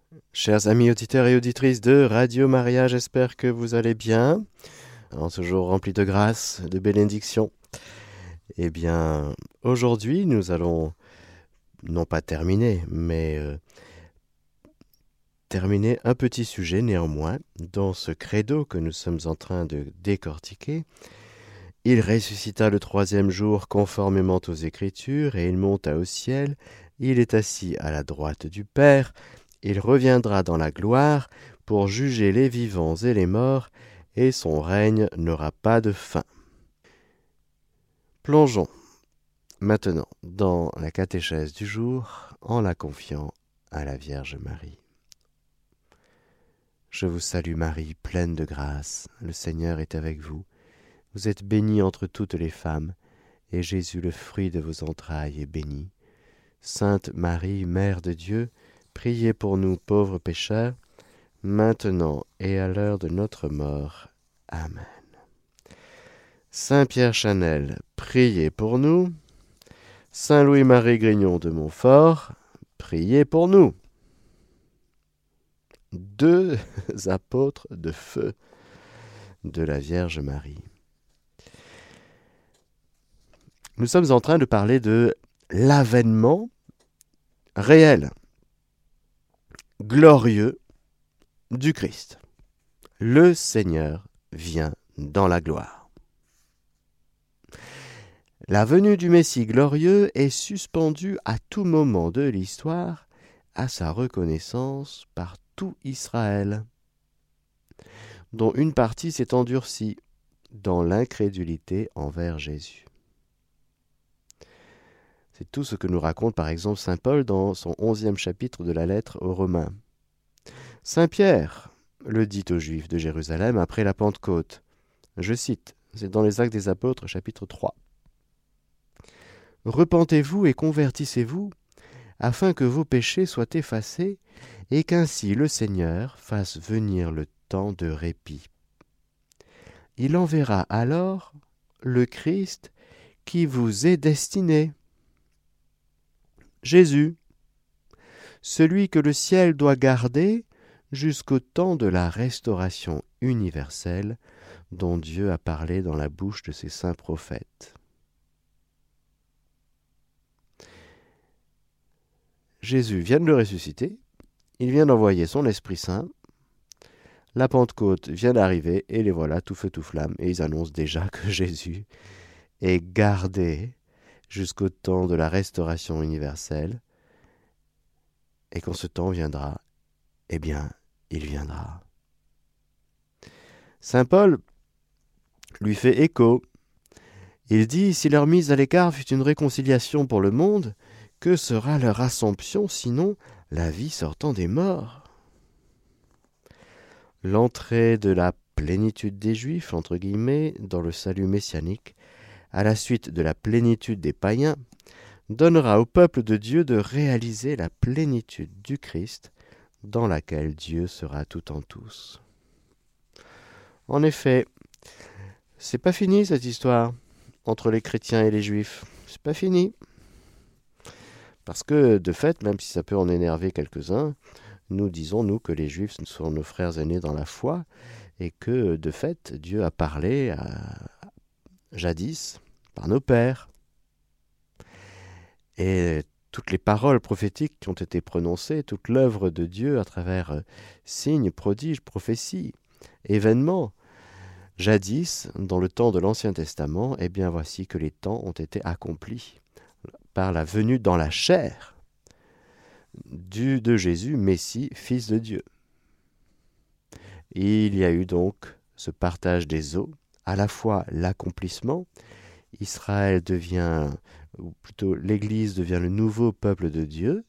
Chers amis auditeurs et auditrices de Radio Maria, j'espère que vous allez bien, en ce jour rempli de grâce, de bénédictions. Eh bien, aujourd'hui, nous allons, non pas terminer, mais terminer un petit sujet néanmoins, dans ce credo que nous sommes en train de décortiquer. Il ressuscita le troisième jour conformément aux Écritures, et il monta au ciel, il est assis à la droite du Père. Il reviendra dans la gloire pour juger les vivants et les morts, et son règne n'aura pas de fin. Plongeons maintenant dans la catéchèse du jour en la confiant à la Vierge Marie. Je vous salue Marie, pleine de grâce, le Seigneur est avec vous. Vous êtes bénie entre toutes les femmes, et Jésus, le fruit de vos entrailles, est béni. Sainte Marie, Mère de Dieu, priez pour nous pauvres pécheurs, maintenant et à l'heure de notre mort. Amen. Saint Pierre Chanel, priez pour nous. Saint Louis-Marie Grignon de Montfort, priez pour nous. Deux apôtres de feu de la Vierge Marie. Nous sommes en train de parler de l'avènement réel, glorieux du Christ. Le Seigneur vient dans la gloire. La venue du Messie glorieux est suspendue à tout moment de l'histoire à sa reconnaissance par tout Israël, dont une partie s'est endurcie dans l'incrédulité envers Jésus. C'est tout ce que nous raconte par exemple saint Paul dans son 11e chapitre de la lettre aux Romains. Saint Pierre le dit aux Juifs de Jérusalem après la Pentecôte. Je cite, c'est dans les Actes des Apôtres, chapitre 3. « Repentez-vous et convertissez-vous, afin que vos péchés soient effacés, et qu'ainsi le Seigneur fasse venir le temps de répit. Il enverra alors le Christ qui vous est destiné. Jésus, celui que le ciel doit garder jusqu'au temps de la restauration universelle dont Dieu a parlé dans la bouche de ses saints prophètes. » Jésus vient de le ressusciter, il vient d'envoyer son Esprit Saint, la Pentecôte vient d'arriver et les voilà tout feu tout flamme et ils annoncent déjà que Jésus est gardé jusqu'au temps de la restauration universelle et quand ce temps viendra, eh bien, il viendra. Saint Paul lui fait écho. Il dit, si leur mise à l'écart fut une réconciliation pour le monde, que sera leur assomption, sinon la vie sortant des morts? L'entrée de la plénitude des Juifs, entre guillemets, dans le salut messianique, à la suite de la plénitude des païens, donnera au peuple de Dieu de réaliser la plénitude du Christ, dans laquelle Dieu sera tout en tous. En effet, c'est pas fini cette histoire entre les chrétiens et les juifs. C'est pas fini. Parce que, de fait, même si ça peut en énerver quelques-uns, nous disons, nous, que les juifs sont nos frères aînés dans la foi, et que, de fait, Dieu a parlé jadis par nos pères. Et toutes les paroles prophétiques qui ont été prononcées, toute l'œuvre de Dieu à travers signes, prodiges, prophéties, événements, jadis, dans le temps de l'Ancien Testament, eh bien voici que les temps ont été accomplis par la venue dans la chair de Jésus, Messie, Fils de Dieu. Il y a eu donc ce partage des eaux, à la fois l'accomplissement, Israël devient, ou plutôt l'Église devient le nouveau peuple de Dieu,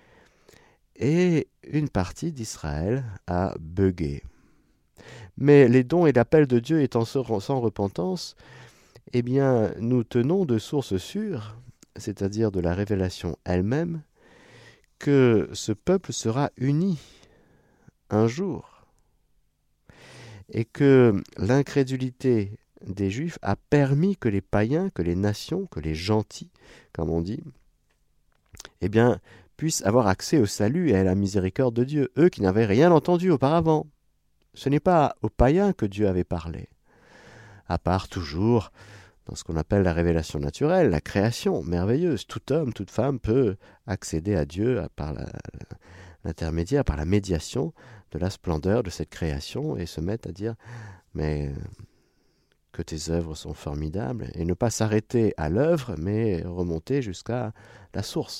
et une partie d'Israël a bugué. Mais les dons et l'appel de Dieu étant sans repentance, eh bien, nous tenons de sources sûres, c'est-à-dire de la révélation elle-même, que ce peuple sera uni un jour, et que l'incrédulité des Juifs a permis que les païens, que les nations, que les gentils, comme on dit, eh bien, puissent avoir accès au salut et à la miséricorde de Dieu, eux qui n'avaient rien entendu auparavant. Ce n'est pas aux païens que Dieu avait parlé, à part toujours dans ce qu'on appelle la révélation naturelle, la création merveilleuse. Tout homme, toute femme peut accéder à Dieu par l'intermédiaire, par la médiation de la splendeur de cette création et se mettre à dire « mais que tes œuvres sont formidables » et ne pas s'arrêter à l'œuvre, mais remonter jusqu'à la source.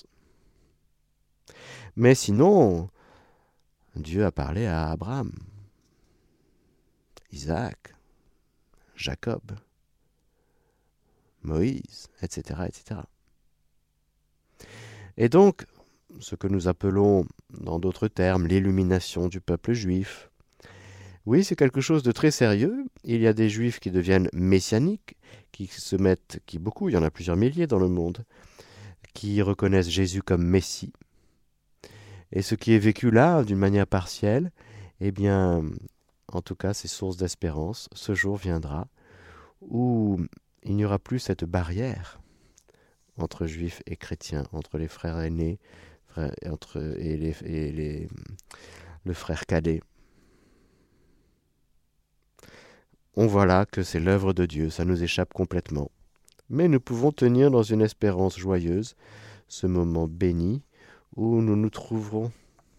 Mais sinon, Dieu a parlé à Abraham, Isaac, Jacob, Moïse, etc., etc. Et donc, ce que nous appelons, dans d'autres termes, l'illumination du peuple juif, oui, c'est quelque chose de très sérieux. Il y a des juifs qui deviennent messianiques, qui beaucoup, il y en a plusieurs milliers dans le monde, qui reconnaissent Jésus comme Messie. Et ce qui est vécu là, d'une manière partielle, eh bien, en tout cas, c'est source d'espérance. Ce jour viendra où il n'y aura plus cette barrière entre juifs et chrétiens, entre les frères aînés et le frère cadet. On voit là que c'est l'œuvre de Dieu, ça nous échappe complètement. Mais nous pouvons tenir dans une espérance joyeuse ce moment béni où nous nous trouverons,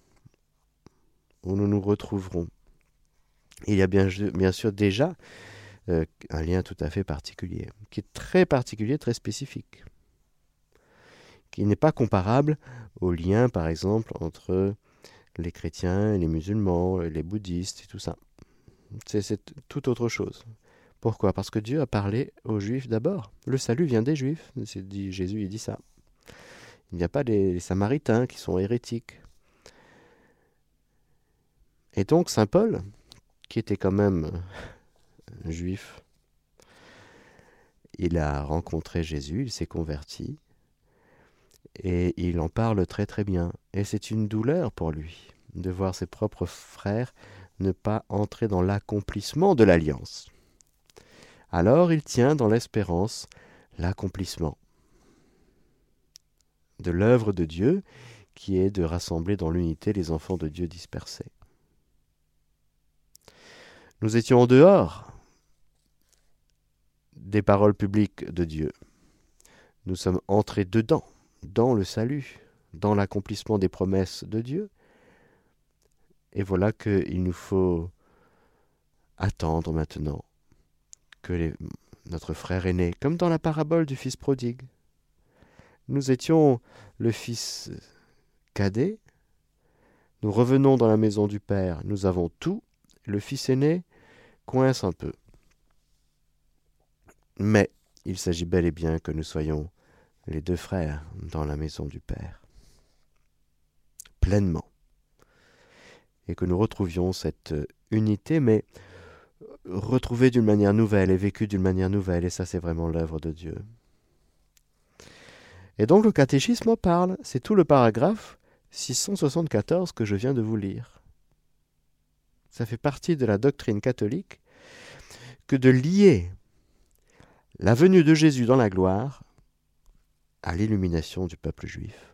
où nous nous retrouverons. Il y a bien sûr déjà un lien tout à fait particulier, qui est très particulier, très spécifique, qui n'est pas comparable au lien, par exemple, entre les chrétiens et les musulmans, les bouddhistes et tout ça. C'est tout autre chose. Pourquoi ? Parce que Dieu a parlé aux Juifs d'abord. Le salut vient des Juifs. Jésus il dit ça. Il n'y a pas les Samaritains qui sont hérétiques. Et donc Saint Paul, qui était quand même juif, il a rencontré Jésus, il s'est converti, et il en parle très très bien. Et c'est une douleur pour lui de voir ses propres frères ne pas entrer dans l'accomplissement de l'alliance. Alors il tient dans l'espérance l'accomplissement de l'œuvre de Dieu, qui est de rassembler dans l'unité les enfants de Dieu dispersés. Nous étions en dehors des paroles publiques de Dieu. Nous sommes entrés dedans, dans le salut, dans l'accomplissement des promesses de Dieu. Et voilà qu'il nous faut attendre maintenant que notre frère aîné, comme dans la parabole du fils prodigue. Nous étions le fils cadet, nous revenons dans la maison du Père, nous avons tout, le fils aîné coince un peu. Mais il s'agit bel et bien que nous soyons les deux frères dans la maison du Père, pleinement. Et que nous retrouvions cette unité, mais retrouvée d'une manière nouvelle et vécue d'une manière nouvelle. Et ça, c'est vraiment l'œuvre de Dieu. Et donc le catéchisme en parle. C'est tout le paragraphe 674 que je viens de vous lire. Ça fait partie de la doctrine catholique que de lier la venue de Jésus dans la gloire à l'illumination du peuple juif.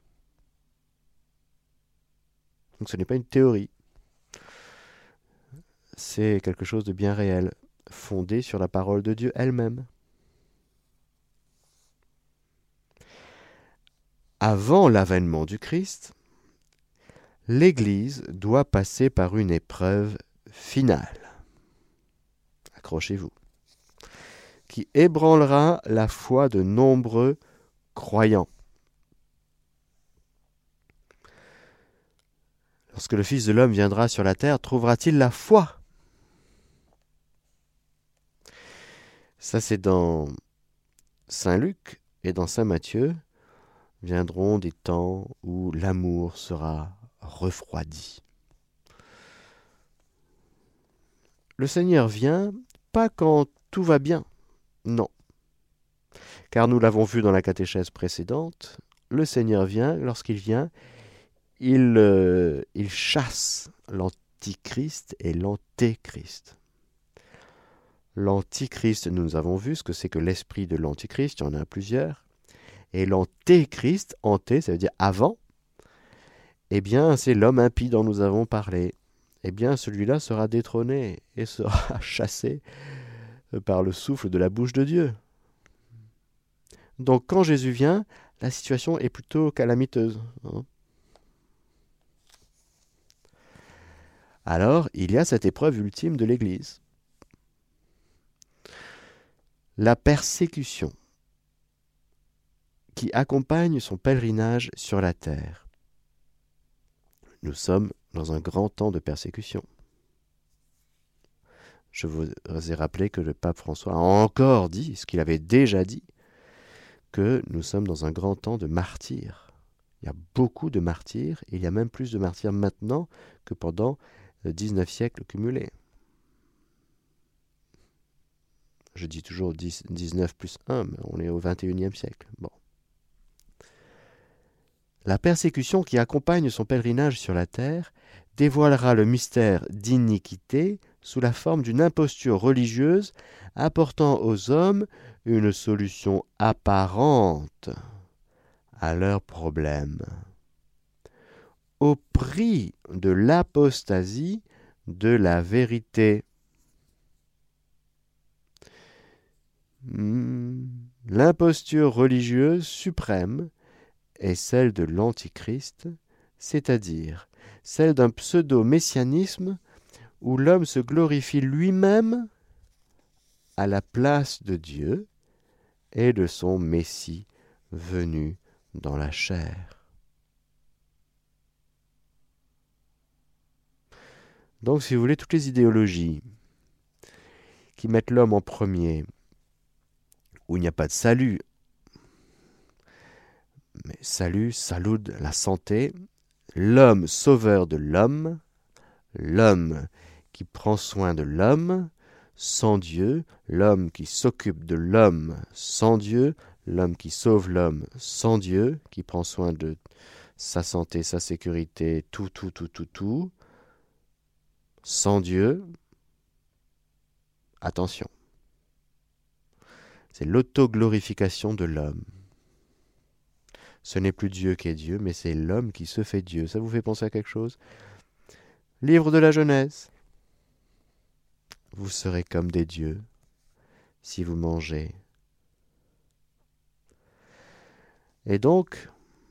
Donc ce n'est pas une théorie. C'est quelque chose de bien réel, fondé sur la parole de Dieu elle-même. Avant l'avènement du Christ, l'Église doit passer par une épreuve finale. Accrochez-vous. Qui ébranlera la foi de nombreux croyants. Lorsque le Fils de l'homme viendra sur la terre, trouvera-t-il la foi ? Ça, c'est dans Saint Luc et dans Saint Matthieu. Viendront des temps où l'amour sera refroidi. Le Seigneur vient, pas quand tout va bien, non. Car nous l'avons vu dans la catéchèse précédente, le Seigneur vient, lorsqu'il vient, il chasse l'antichrist et l'antéchrist. L'antichrist, nous avons vu ce que c'est que l'esprit de l'antichrist, il y en a plusieurs. Et l'antéchrist, anté, ça veut dire avant, eh bien, c'est l'homme impie dont nous avons parlé. Eh bien, celui-là sera détrôné et sera chassé par le souffle de la bouche de Dieu. Donc, quand Jésus vient, la situation est plutôt calamiteuse. Alors, il y a cette épreuve ultime de l'Église. La persécution qui accompagne son pèlerinage sur la terre. Nous sommes dans un grand temps de persécution. Je vous ai rappelé que le pape François a encore dit, ce qu'il avait déjà dit, que nous sommes dans un grand temps de martyrs. Il y a beaucoup de martyrs, et il y a même plus de martyrs maintenant que pendant 19 siècles cumulés. Je dis toujours 19 plus 1, mais on est au 21e siècle. Bon. La persécution qui accompagne son pèlerinage sur la terre dévoilera le mystère d'iniquité sous la forme d'une imposture religieuse apportant aux hommes une solution apparente à leurs problèmes, au prix de l'apostasie de la vérité. L'imposture religieuse suprême est celle de l'Antichrist, c'est-à-dire celle d'un pseudo-messianisme où l'homme se glorifie lui-même à la place de Dieu et de son Messie venu dans la chair. Donc, si vous voulez, toutes les idéologies qui mettent l'homme en premier, où il n'y a pas de salut, mais salut, salud, la santé, l'homme sauveur de l'homme qui prend soin de l'homme, sans Dieu, l'homme qui s'occupe de l'homme sans Dieu, l'homme qui sauve l'homme sans Dieu, qui prend soin de sa santé, sa sécurité, tout, sans Dieu. Attention, c'est l'autoglorification de l'homme. Ce n'est plus Dieu qui est Dieu, mais c'est l'homme qui se fait Dieu. Ça vous fait penser à quelque chose? Livre de la Genèse. Vous serez comme des dieux si vous mangez. Et donc,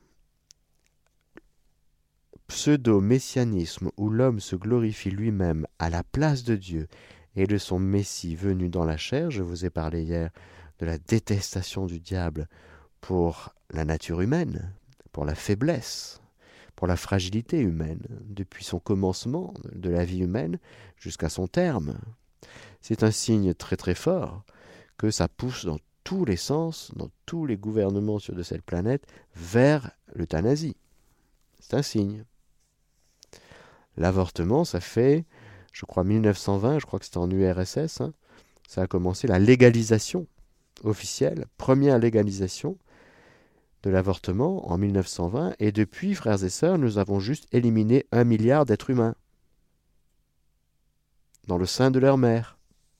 pseudo-messianisme où l'homme se glorifie lui-même à la place de Dieu et de son Messie venu dans la chair. Je vous ai parlé hier de la détestation du diable pour la nature humaine, pour la faiblesse, pour la fragilité humaine, depuis son commencement de la vie humaine jusqu'à son terme. C'est un signe très très fort que ça pousse dans tous les sens, dans tous les gouvernements de cette planète, vers l'euthanasie. C'est un signe. L'avortement, ça fait, je crois, 1920, je crois que c'était en URSS, ça a commencé la légalisation officielle, première légalisation de l'avortement en 1920, et depuis, frères et sœurs, nous avons juste éliminé 1 milliard d'êtres humains dans le sein de leur mère.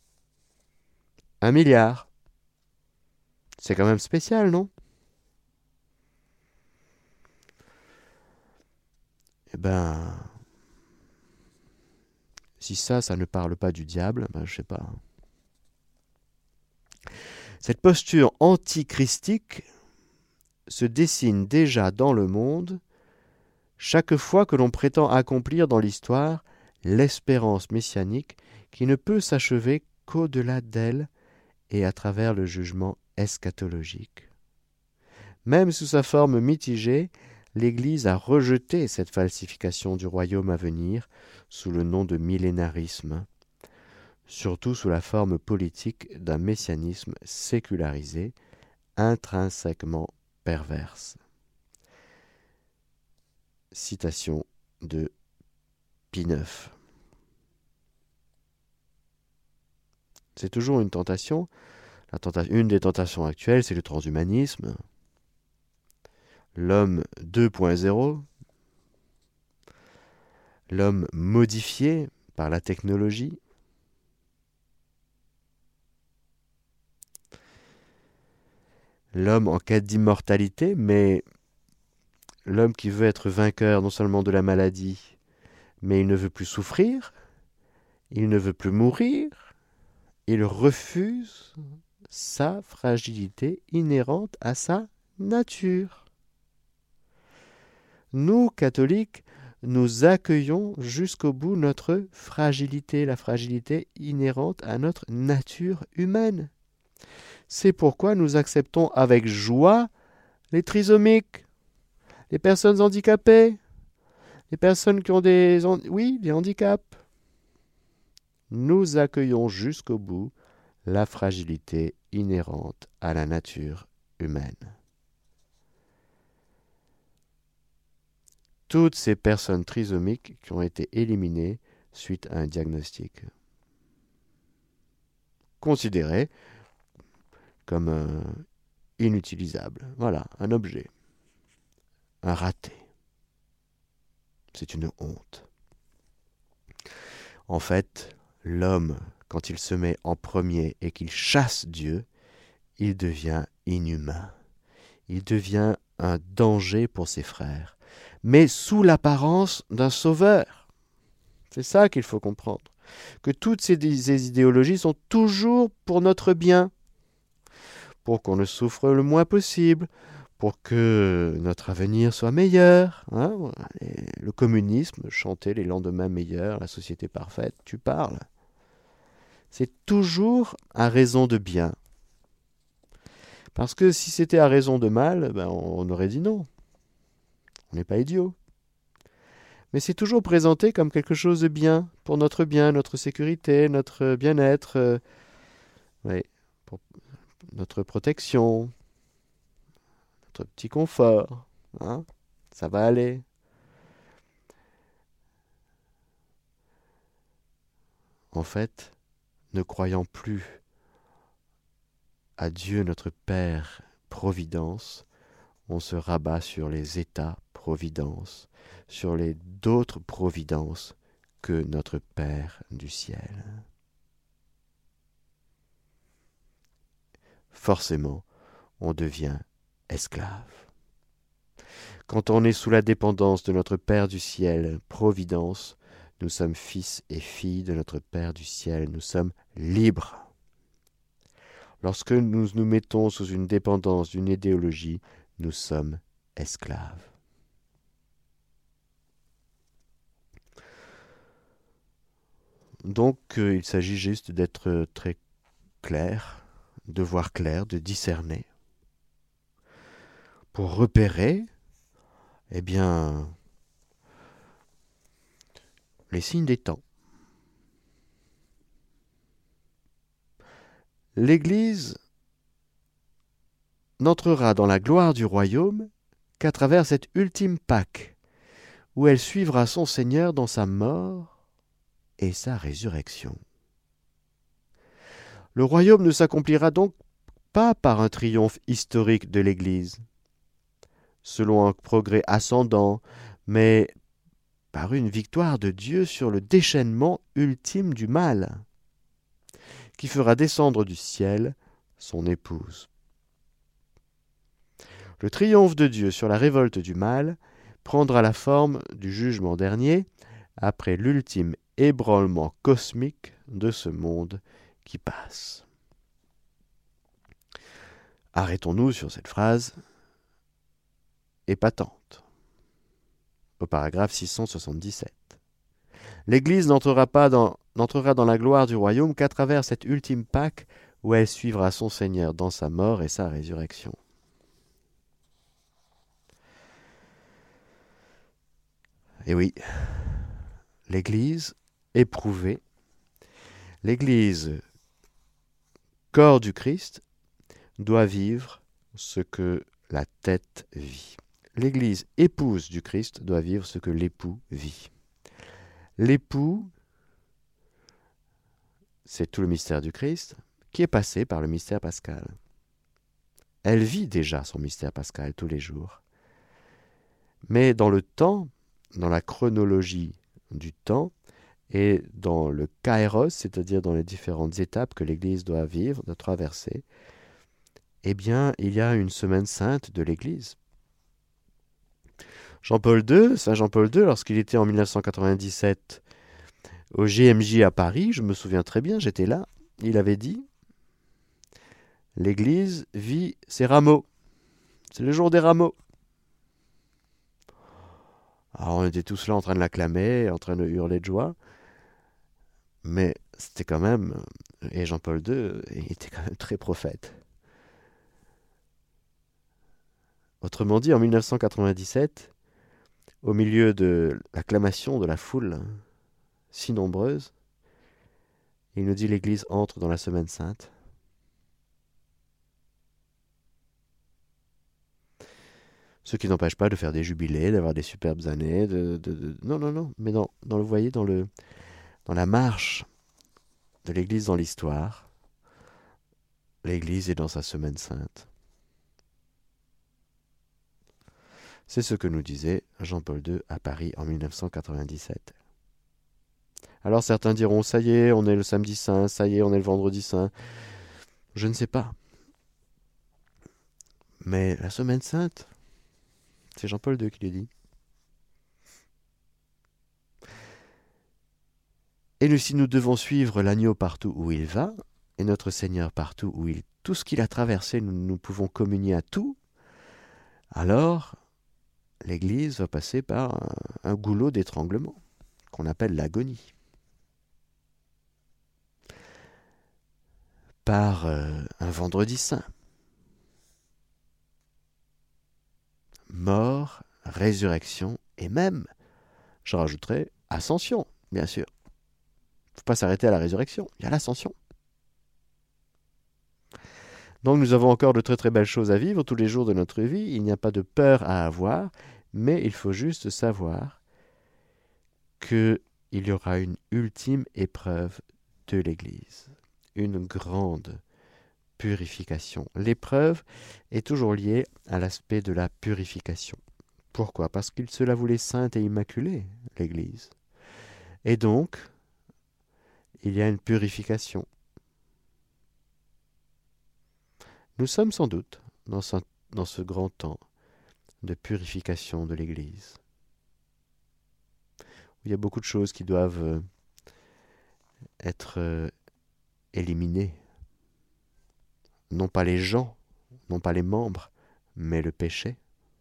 1 milliard. C'est quand même spécial, non? Eh ben, si ça ne parle pas du diable, ben je sais pas. Cette posture antichristique se dessine déjà dans le monde chaque fois que l'on prétend accomplir dans l'histoire l'espérance messianique qui ne peut s'achever qu'au-delà d'elle et à travers le jugement eschatologique. Même sous sa forme mitigée, l'Église a rejeté cette falsification du royaume à venir sous le nom de millénarisme, surtout sous la forme politique d'un messianisme sécularisé, intrinsèquement perverse. Citation de Pie IX. C'est toujours une tentation. Une des tentations actuelles, c'est le transhumanisme. L'homme 2.0. L'homme modifié par la technologie. L'homme en quête d'immortalité, mais l'homme qui veut être vainqueur non seulement de la maladie, mais il ne veut plus souffrir, il ne veut plus mourir, il refuse sa fragilité inhérente à sa nature. Nous, catholiques, nous accueillons jusqu'au bout notre fragilité, la fragilité inhérente à notre nature humaine. C'est pourquoi nous acceptons avec joie les trisomiques, les personnes handicapées, les personnes qui ont des handicaps. Nous accueillons jusqu'au bout la fragilité inhérente à la nature humaine. Toutes ces personnes trisomiques qui ont été éliminées suite à un diagnostic, considérées comme inutilisables. Voilà, un objet, un raté. C'est une honte. En fait, l'homme, quand il se met en premier et qu'il chasse Dieu, il devient inhumain. Il devient un danger pour ses frères, mais sous l'apparence d'un sauveur. C'est ça qu'il faut comprendre. Que toutes ces idéologies sont toujours pour notre bien, pour qu'on ne souffre le moins possible, pour que notre avenir soit meilleur. Le communisme, chanter les lendemains meilleurs, la société parfaite, tu parles. C'est toujours à raison de bien. Parce que si c'était à raison de mal, on aurait dit non. On n'est pas idiot. Mais c'est toujours présenté comme quelque chose de bien, pour notre bien, notre sécurité, notre bien-être, pour notre protection, notre petit confort. Ça va aller. En fait, ne croyant plus à Dieu notre Père Providence, on se rabat sur les États Providence, sur les d'autres providences que notre Père du ciel. Forcément, on devient esclave. Quand on est sous la dépendance de notre Père du ciel, Providence, nous sommes fils et filles de notre Père du ciel, nous sommes libres. Lorsque nous nous mettons sous une dépendance d'une idéologie, nous sommes esclaves. Donc, il s'agit juste d'être très clair, de voir clair, de discerner, pour repérer, les signes des temps. L'Église n'entrera dans la gloire du royaume qu'à travers cette ultime Pâque, où elle suivra son Seigneur dans sa mort et sa résurrection. Le royaume ne s'accomplira donc pas par un triomphe historique de l'Église, selon un progrès ascendant, mais par une victoire de Dieu sur le déchaînement ultime du mal, qui fera descendre du ciel son épouse. Le triomphe de Dieu sur la révolte du mal prendra la forme du jugement dernier, après l'ultime ébranlement cosmique de ce monde qui passe. Arrêtons-nous sur cette phrase épatante, au paragraphe 677. L'Église n'entrera dans la gloire du royaume qu'à travers cette ultime Pâque où elle suivra son Seigneur dans sa mort et sa résurrection. Et oui, l'Église éprouvée, l'Église, corps du Christ, doit vivre ce que la tête vit. L'Église, épouse du Christ, doit vivre ce que l'époux vit. L'époux, c'est tout le mystère du Christ, qui est passé par le mystère pascal. Elle vit déjà son mystère pascal tous les jours. Mais dans le temps, dans la chronologie du temps, et dans le kairos, c'est-à-dire dans les différentes étapes que l'Église doit vivre, doit traverser, il y a une semaine sainte de l'Église. Saint Jean-Paul II, lorsqu'il était en 1997 au GMJ à Paris, je me souviens très bien, j'étais là, il avait dit « L'Église vit ses rameaux. C'est le jour des rameaux. » Alors on était tous là en train de l'acclamer, en train de hurler de joie, mais c'était quand même, et Jean-Paul II était quand même très prophète. Autrement dit, en 1997, au milieu de l'acclamation de la foule si nombreuse, il nous dit l'Église entre dans la semaine sainte. Ce qui n'empêche pas de faire des jubilés, d'avoir des superbes années, non, mais dans le voyez, dans la marche de l'Église dans l'histoire, l'Église est dans sa semaine sainte. C'est ce que nous disait Jean-Paul II à Paris en 1997. Alors certains diront, ça y est, on est le samedi saint, ça y est, on est le vendredi saint. Je ne sais pas. Mais la semaine sainte, c'est Jean-Paul II qui le dit. Et si nous devons suivre l'agneau partout où il va, et notre Seigneur partout où tout ce qu'il a traversé, nous pouvons communier à tout, alors l'Église va passer par un goulot d'étranglement, qu'on appelle l'agonie. Par un vendredi saint. Mort, résurrection et même, je rajouterais, ascension, bien sûr. Il ne faut pas s'arrêter à la résurrection, il y a l'ascension. Donc nous avons encore de très très belles choses à vivre tous les jours de notre vie, il n'y a pas de peur à avoir, mais il faut juste savoir qu'il y aura une ultime épreuve de l'Église, une grande purification. L'épreuve est toujours liée à l'aspect de la purification. Pourquoi ? Parce qu'il se la voulait sainte et immaculée, l'Église. Et donc, il y a une purification. Nous sommes sans doute dans ce grand temps de purification de l'Église. Il y a beaucoup de choses qui doivent être éliminées. Non pas les gens, non pas les membres, mais le péché.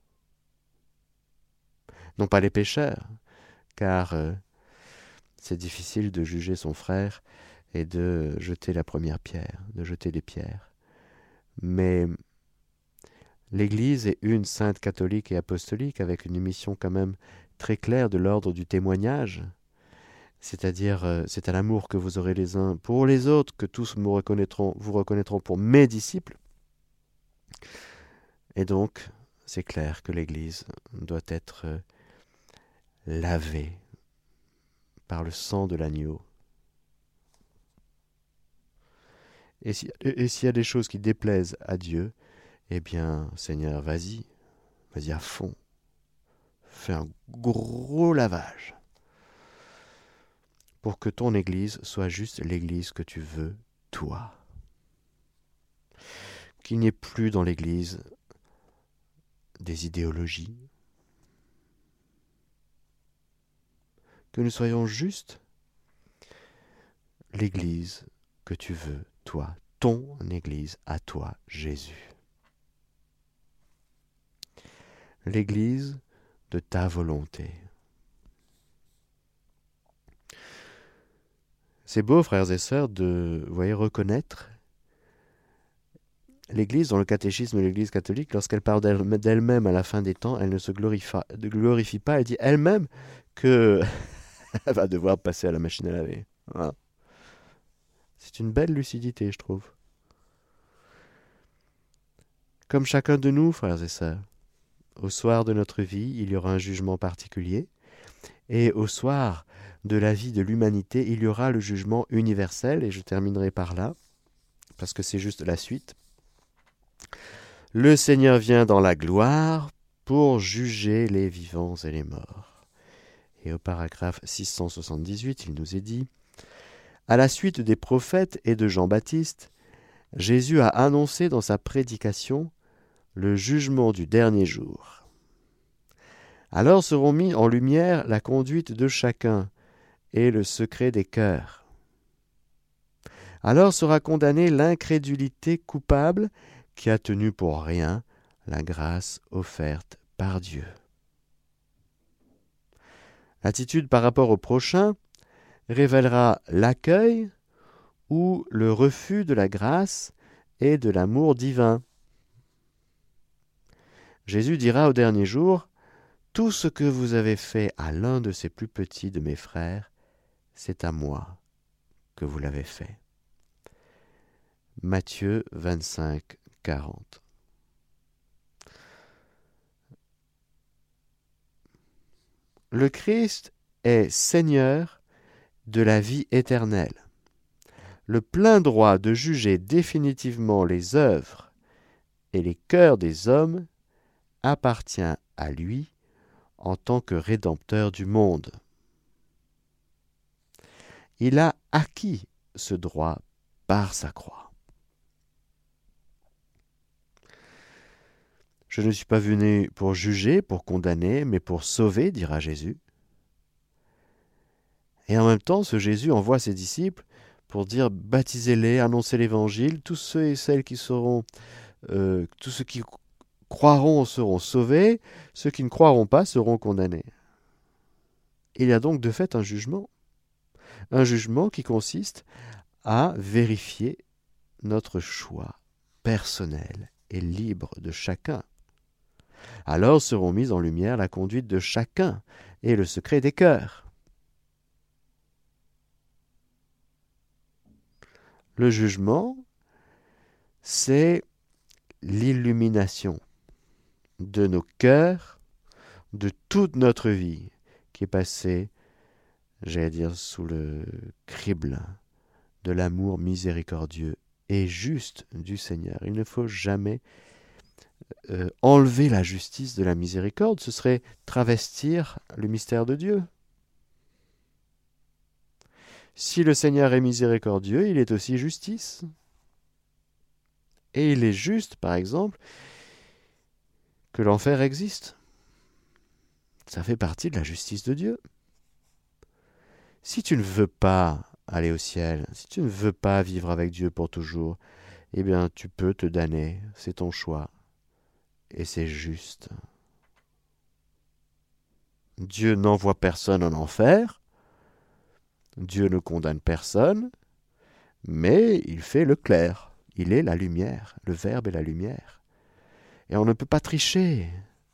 Non pas les pécheurs, car c'est difficile de juger son frère et de jeter la première pierre, de jeter des pierres. Mais l'Église est une sainte catholique et apostolique avec une mission quand même très claire de l'ordre du témoignage, c'est-à-dire c'est à l'amour que vous aurez les uns pour les autres que tous vous reconnaîtront pour mes disciples. Et donc, c'est clair que l'Église doit être lavée par le sang de l'agneau. Et s'il y a des choses qui déplaisent à Dieu, eh bien, Seigneur, vas-y à fond. Fais un gros lavage pour que ton Église soit juste l'Église que tu veux, toi. Qu'il n'y ait plus dans l'Église des idéologies. Que nous soyons juste l'Église que tu veux, toi, ton Église à toi, Jésus. L'Église de ta volonté. C'est beau, frères et sœurs, de reconnaître l'Église dans le catéchisme de l'Église catholique, lorsqu'elle parle d'elle-même à la fin des temps, elle ne se glorifie pas, elle dit elle-même qu'elle va devoir passer à la machine à laver. Voilà. C'est une belle lucidité, je trouve. Comme chacun de nous, frères et sœurs, au soir de notre vie, il y aura un jugement particulier, et au soir de la vie de l'humanité, il y aura le jugement universel, et je terminerai par là, parce que c'est juste la suite. Le Seigneur vient dans la gloire pour juger les vivants et les morts. Et au paragraphe 678, il nous est dit « À la suite des prophètes et de Jean-Baptiste, Jésus a annoncé dans sa prédication le jugement du dernier jour. Alors seront mis en lumière la conduite de chacun et le secret des cœurs. Alors sera condamnée l'incrédulité coupable qui a tenu pour rien la grâce offerte par Dieu. L'attitude par rapport au prochain révélera l'accueil ou le refus de la grâce et de l'amour divin. Jésus dira au dernier jour, « Tout ce que vous avez fait à l'un de ces plus petits de mes frères, c'est à moi que vous l'avez fait. » Matthieu 25, 40. Le Christ est Seigneur de la vie éternelle. Le plein droit de juger définitivement les œuvres et les cœurs des hommes appartient à lui en tant que Rédempteur du monde. Il a acquis ce droit par sa croix. Je ne suis pas venu pour juger, pour condamner, mais pour sauver, dira Jésus. Et en même temps, ce Jésus envoie ses disciples pour dire, baptisez-les, annoncez l'évangile, tous ceux et celles qui seront, tous ceux qui croiront seront sauvés, ceux qui ne croiront pas seront condamnés. Il y a donc de fait un jugement qui consiste à vérifier notre choix personnel et libre de chacun. Alors seront mises en lumière la conduite de chacun et le secret des cœurs. Le jugement, c'est l'illumination de nos cœurs, de toute notre vie, qui est passée, j'allais dire, sous le crible de l'amour miséricordieux et juste du Seigneur. Il ne faut jamais enlever la justice de la miséricorde, ce serait travestir le mystère de Dieu. Si le Seigneur est miséricordieux, il est aussi justice. Et il est juste, par exemple, que l'enfer existe. Ça fait partie de la justice de Dieu. Si tu ne veux pas aller au ciel, si tu ne veux pas vivre avec Dieu pour toujours, eh bien tu peux te damner, c'est ton choix. Et c'est juste. Dieu n'envoie personne en enfer, Dieu ne condamne personne, mais il fait le clair, il est la lumière, le Verbe est la lumière. Et on ne peut pas tricher.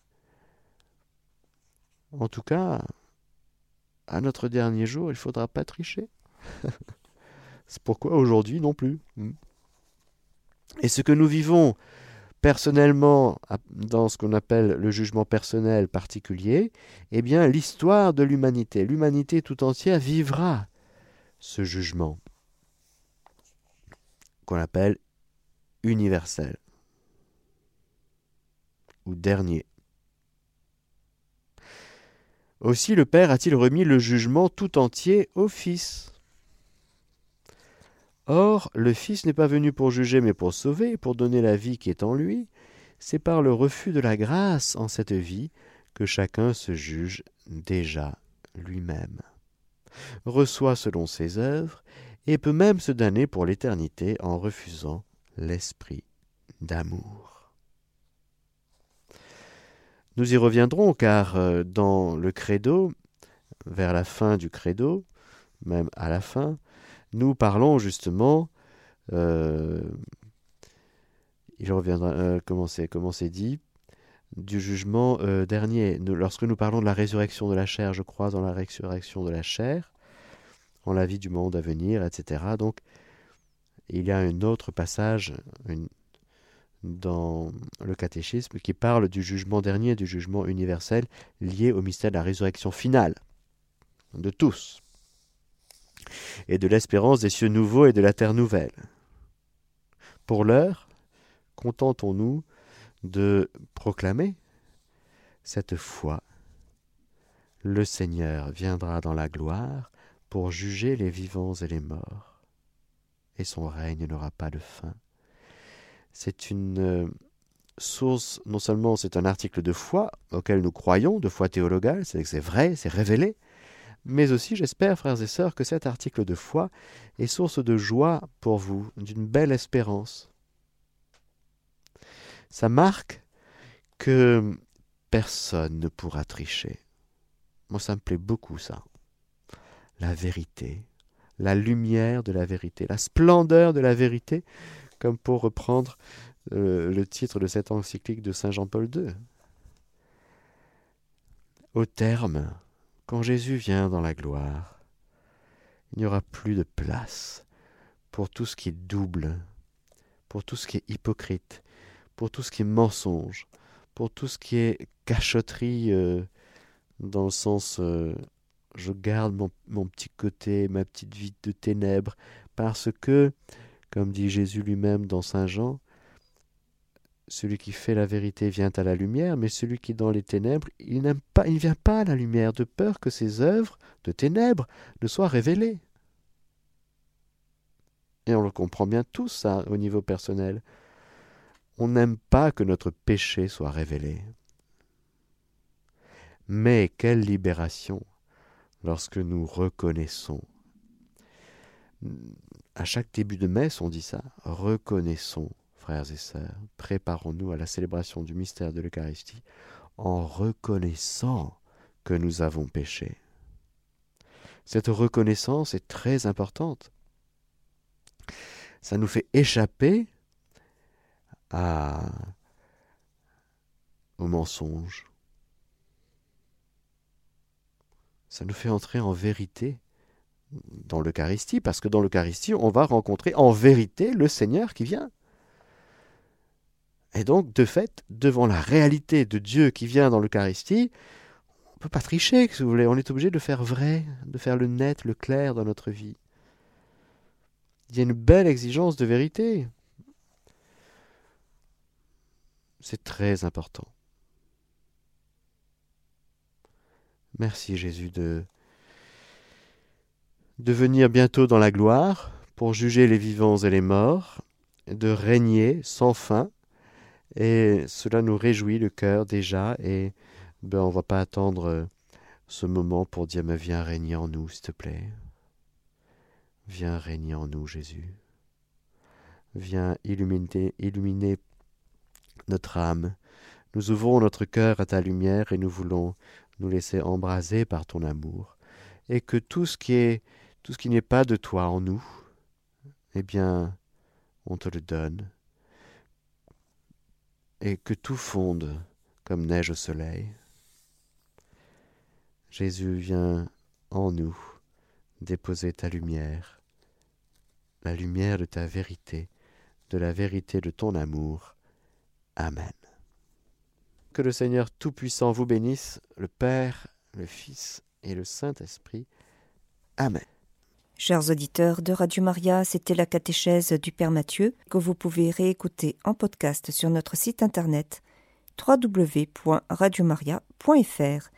En tout cas, à notre dernier jour, il ne faudra pas tricher. C'est pourquoi aujourd'hui non plus. Et ce que nous vivons personnellement, dans ce qu'on appelle le jugement personnel particulier, eh bien, l'histoire de l'humanité tout entière vivra ce jugement qu'on appelle universel ou dernier. Aussi, le Père a-t-il remis le jugement tout entier au Fils. Or, le Fils n'est pas venu pour juger, mais pour sauver, pour donner la vie qui est en lui. C'est par le refus de la grâce en cette vie que chacun se juge déjà lui-même, reçoit selon ses œuvres, et peut même se damner pour l'éternité en refusant l'esprit d'amour. Nous y reviendrons, car dans le credo, vers la fin du credo, même à la fin, nous parlons justement, il reviendra, comment c'est dit, du jugement dernier. Lorsque nous parlons de la résurrection de la chair, je crois dans la résurrection de la chair, en la vie du monde à venir, etc. Donc, il y a un autre passage dans le catéchisme qui parle du jugement dernier, du jugement universel, lié au mystère de la résurrection finale de tous, et de l'espérance des cieux nouveaux et de la terre nouvelle. Pour l'heure, contentons-nous de proclamer cette foi. Le Seigneur viendra dans la gloire pour juger les vivants et les morts, et son règne n'aura pas de fin. C'est une source, non seulement c'est un article de foi auquel nous croyons, de foi théologale, c'est que c'est vrai, c'est révélé, mais aussi j'espère, frères et sœurs, que cet article de foi est source de joie pour vous, d'une belle espérance. Ça marque que personne ne pourra tricher. Moi, ça me plaît beaucoup, ça. La vérité, la lumière de la vérité, la splendeur de la vérité, comme pour reprendre le titre de cette encyclique de Saint Jean-Paul II. Au terme, quand Jésus vient dans la gloire, il n'y aura plus de place pour tout ce qui est double, pour tout ce qui est hypocrite, pour tout ce qui est mensonge, pour tout ce qui est cachotterie, dans le sens je garde mon petit côté, ma petite vie de ténèbres, parce que, comme dit Jésus lui-même dans Saint Jean, celui qui fait la vérité vient à la lumière, mais celui qui est dans les ténèbres, il ne vient pas à la lumière, de peur que ses œuvres de ténèbres ne soient révélées. Et on le comprend bien tous, ça, au niveau personnel. On n'aime pas que notre péché soit révélé. Mais quelle libération lorsque nous reconnaissons. À chaque début de messe, on dit ça. Reconnaissons, frères et sœurs, préparons-nous à la célébration du mystère de l'Eucharistie en reconnaissant que nous avons péché. Cette reconnaissance est très importante. Ça nous fait échapper au mensonge. Ça nous fait entrer en vérité dans l'Eucharistie, parce que dans l'Eucharistie, on va rencontrer en vérité le Seigneur qui vient. Et donc, de fait, devant la réalité de Dieu qui vient dans l'Eucharistie, on ne peut pas tricher, si vous voulez. On est obligé de faire vrai, de faire le net, le clair dans notre vie. Il y a une belle exigence de vérité. C'est très important. Merci Jésus de venir bientôt dans la gloire pour juger les vivants et les morts, de régner sans fin. Et cela nous réjouit le cœur déjà. Et on ne va pas attendre ce moment pour dire mais viens régner en nous, s'il te plaît. Viens régner en nous, Jésus. Viens illuminer notre âme. Nous ouvrons notre cœur à ta lumière et nous voulons nous laisser embraser par ton amour. Et que tout ce qui n'est pas de toi en nous, eh bien, on te le donne. Et que tout fonde comme neige au soleil. Jésus, viens en nous déposer ta lumière, la lumière de ta vérité, de la vérité de ton amour. Amen. Que le Seigneur Tout-Puissant vous bénisse, le Père, le Fils et le Saint-Esprit. Amen. Chers auditeurs de Radio Maria, c'était la catéchèse du Père Mathieu que vous pouvez réécouter en podcast sur notre site internet www.radiomaria.fr.